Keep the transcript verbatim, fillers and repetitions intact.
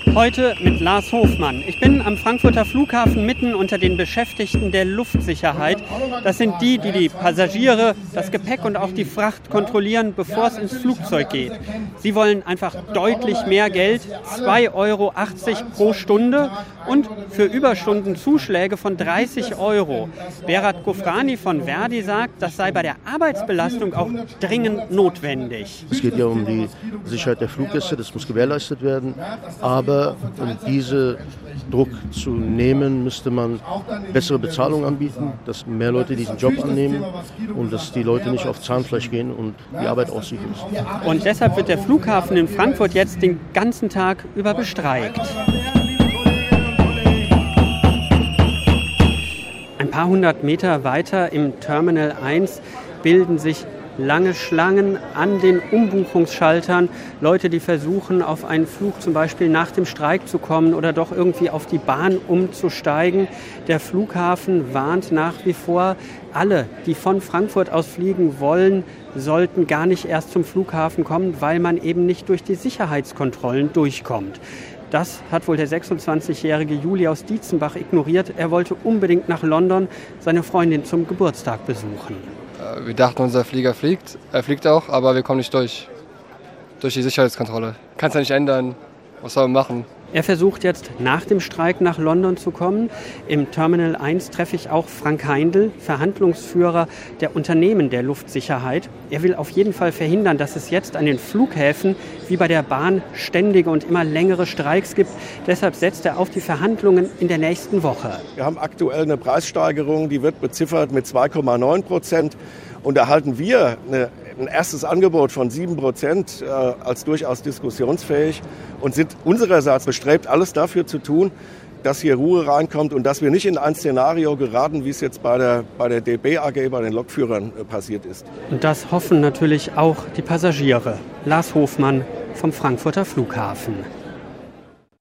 Heute mit Lars Hofmann. Ich bin am Frankfurter Flughafen mitten unter den Beschäftigten der Luftsicherheit. Das sind die, die die Passagiere, das Gepäck und auch die Fracht kontrollieren, bevor es ins Flugzeug geht. Sie wollen einfach deutlich mehr Geld, zwei Euro achtzig pro Stunde und für Überstunden Zuschläge von dreißig Euro. Berat Gofrani von Verdi sagt, das sei bei der Arbeitsbelastung auch dringend notwendig. Es geht ja um die Sicherheit der Fluggäste, das muss gewährleistet werden. Aber um diesen Druck zu nehmen, müsste man bessere Bezahlung anbieten, dass mehr Leute diesen Job annehmen und dass die Leute nicht auf Zahnfleisch gehen und die Arbeit ausüben müssen. Und deshalb wird der Flughafen in Frankfurt jetzt den ganzen Tag über bestreikt. Ein paar hundert Meter weiter im Terminal eins bilden sich lange Schlangen an den Umbuchungsschaltern. Leute, die versuchen, auf einen Flug zum Beispiel nach dem Streik zu kommen oder doch irgendwie auf die Bahn umzusteigen. Der Flughafen warnt nach wie vor, alle, die von Frankfurt aus fliegen wollen, sollten gar nicht erst zum Flughafen kommen, weil man eben nicht durch die Sicherheitskontrollen durchkommt. Das hat wohl der sechsundzwanzigjährige Juli aus Dietzenbach ignoriert. Er wollte unbedingt nach London seine Freundin zum Geburtstag besuchen. Wir dachten, unser Flieger fliegt. Er fliegt auch, aber wir kommen nicht durch. Durch die Sicherheitskontrolle. Kann es ja nicht ändern. Was soll man machen? Er versucht jetzt nach dem Streik nach London zu kommen. Im Terminal eins treffe ich auch Frank Heindl, Verhandlungsführer der Unternehmen der Luftsicherheit. Er will auf jeden Fall verhindern, dass es jetzt an den Flughäfen wie bei der Bahn ständige und immer längere Streiks gibt. Deshalb setzt er auf die Verhandlungen in der nächsten Woche. Wir haben aktuell eine Preissteigerung, die wird beziffert mit zwei Komma neun Prozent. Und erhalten wir eine, ein erstes Angebot von sieben Prozent äh, als durchaus diskussionsfähig und sind unsererseits bestrebt, alles dafür zu tun, dass hier Ruhe reinkommt und dass wir nicht in ein Szenario geraten, wie es jetzt bei der, bei der D B A G, bei den Lokführern äh, passiert ist. Und das hoffen natürlich auch die Passagiere. Lars Hofmann vom Frankfurter Flughafen.